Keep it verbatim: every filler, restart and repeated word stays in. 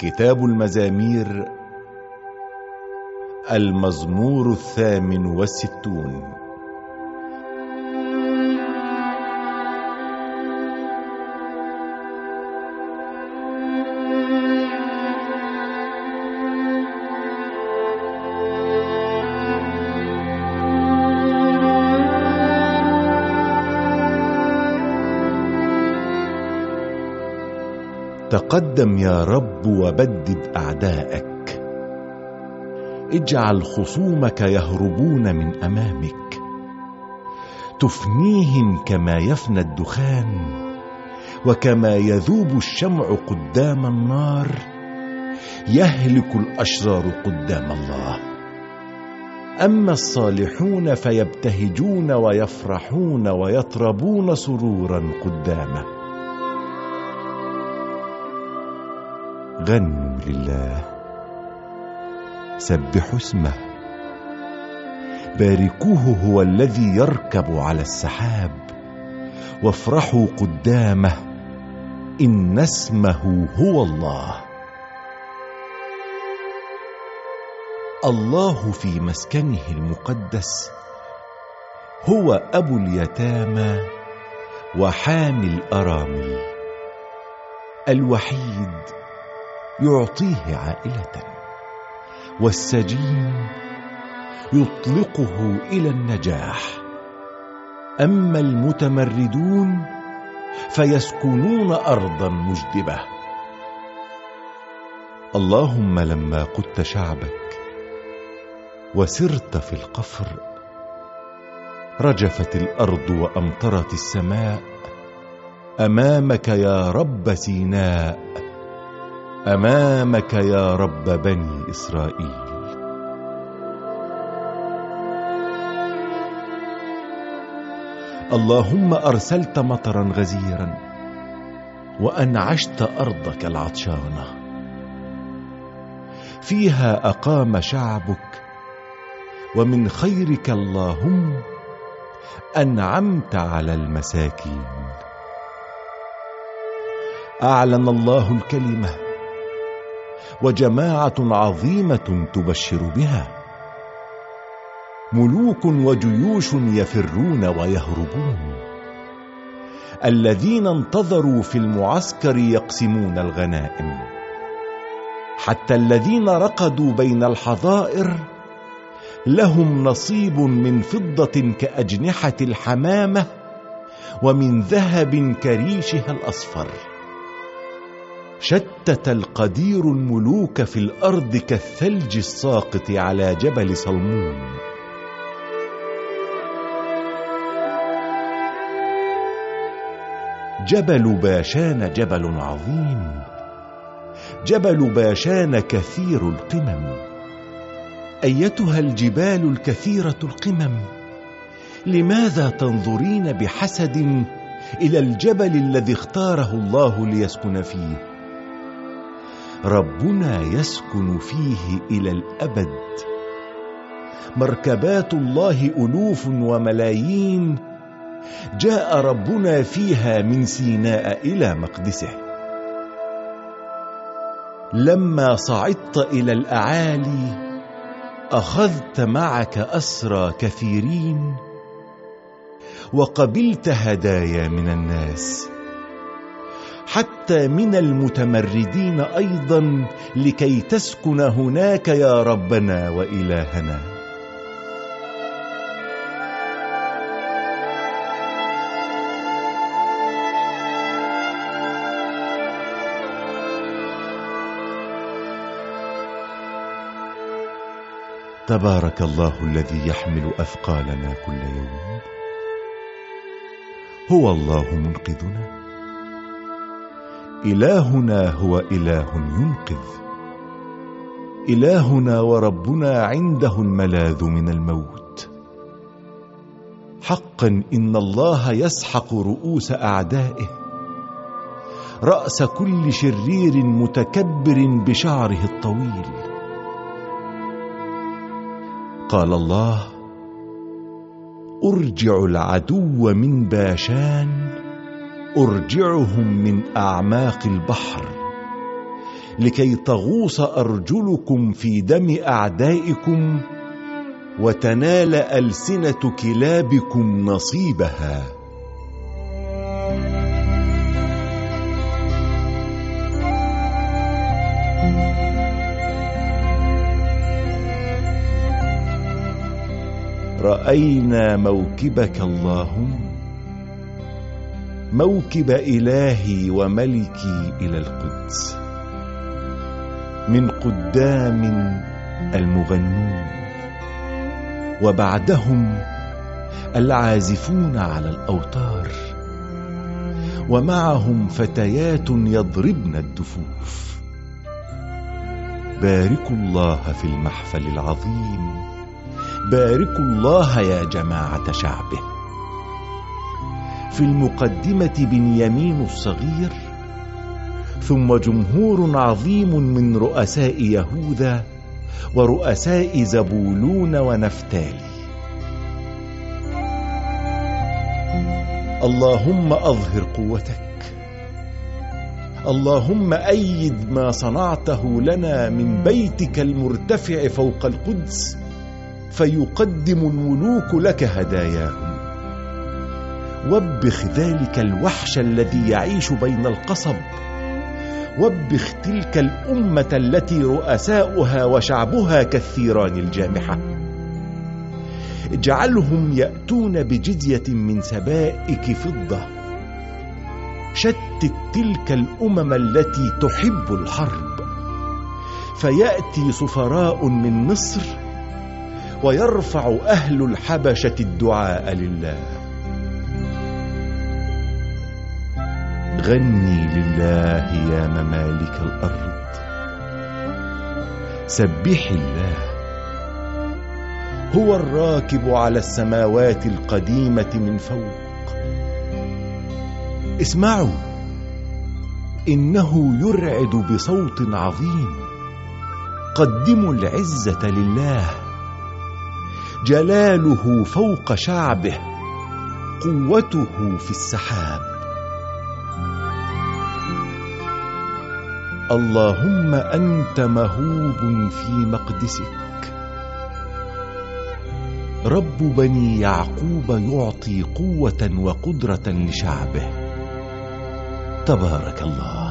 كتاب المزامير، المزمور الثامن والستون. تقدم يا رب وبدد أعداءك، اجعل خصومك يهربون من أمامك، تفنيهم كما يفنى الدخان وكما يذوب الشمع قدام النار، يهلك الأشرار قدام الله. أما الصالحون فيبتهجون ويفرحون ويطربون سرورا قدامه. غنوا لله، سبحوا اسمه، باركوه هو الذي يركب على السحاب، وافرحوا قدامه إن اسمه هو الله. الله في مسكنه المقدس، هو أبو اليتامى وحامي الأرامل، الوحيد يعطيه عائلة، والسجين يطلقه إلى النجاح. أما المتمردون فيسكنون أرضا مجدبة. اللهم لما قدت شعبك وسرت في القفر، رجفت الأرض وأمطرت السماء أمامك يا رب سيناء، أمامك يا رب بني إسرائيل. اللهم أرسلت مطرا غزيرا وأنعشت أرضك العطشانة، فيها أقام شعبك، ومن خيرك اللهم أنعمت على المساكين. أعلن الله الكلمة، وجماعة عظيمة تبشر بها، ملوك وجيوش يفرون ويهربون، الذين انتظروا في المعسكر يقسمون الغنائم، حتى الذين رقدوا بين الحظائر لهم نصيب من فضة كأجنحة الحمامة، ومن ذهب كريشها الأصفر. شتت القدير الملوك في الأرض كالثلج الساقط على جبل صلمون. جبل باشان جبل عظيم، جبل باشان كثير القمم. أيتها الجبال الكثيرة القمم، لماذا تنظرين بحسد إلى الجبل الذي اختاره الله ليسكن فيه؟ ربنا يسكن فيه إلى الأبد. مركبات الله ألوف وملايين، جاء ربنا فيها من سيناء إلى مقدسه. لما صعدت إلى الأعالي أخذت معك أسرى كثيرين، وقبلت هدايا من الناس، حتى من المتمردين أيضا، لكي تسكن هناك يا ربنا وإلهنا. تبارك الله الذي يحمل أثقالنا كل يوم. هو الله منقذنا، إلهنا هو إله ينقذ. إلهنا وربنا عنده الملاذ من الموت. حقا إن الله يسحق رؤوس أعدائه، رأس كل شرير متكبر بشعره الطويل. قال الله: أرجع العدو من باشان، أرجعهم من أعماق البحر، لكي تغوص أرجلكم في دم أعدائكم وتنال ألسنة كلابكم نصيبها. رأينا موكبك اللهم، موكب إلهي وملكي إلى القدس، من قدام المغنون وبعدهم العازفون على الأوتار، ومعهم فتيات يضربن الدفوف. باركوا الله في المحفل العظيم، باركوا الله يا جماعة شعبه. في المقدمة بنيامين الصغير، ثم جمهور عظيم من رؤساء يهوذا ورؤساء زبولون ونفتالي. اللهم أظهر قوتك، اللهم أيد ما صنعته لنا من بيتك المرتفع فوق القدس، فيقدم الملوك لك هداياهم. وبخ ذلك الوحش الذي يعيش بين القصب، وبخ تلك الأمة التي رؤساؤها وشعبها كالثيران الجامحة. اجعلهم يأتون بجزية من سبائك فضة. شتت تلك الأمم التي تحب الحرب، فيأتي سفراء من مصر ويرفع أهل الحبشة الدعاء لله. غني لله يا ممالك الأرض، سبحي الله. هو الراكب على السماوات القديمة من فوق. اسمعوا، إنه يرعد بصوت عظيم. قدموا العزة لله، جلاله فوق شعبه، قوته في السحاب. اللهم أنت مهوب في مقدسك. رب بني يعقوب يعطي قوة وقدرة لشعبه. تبارك الله.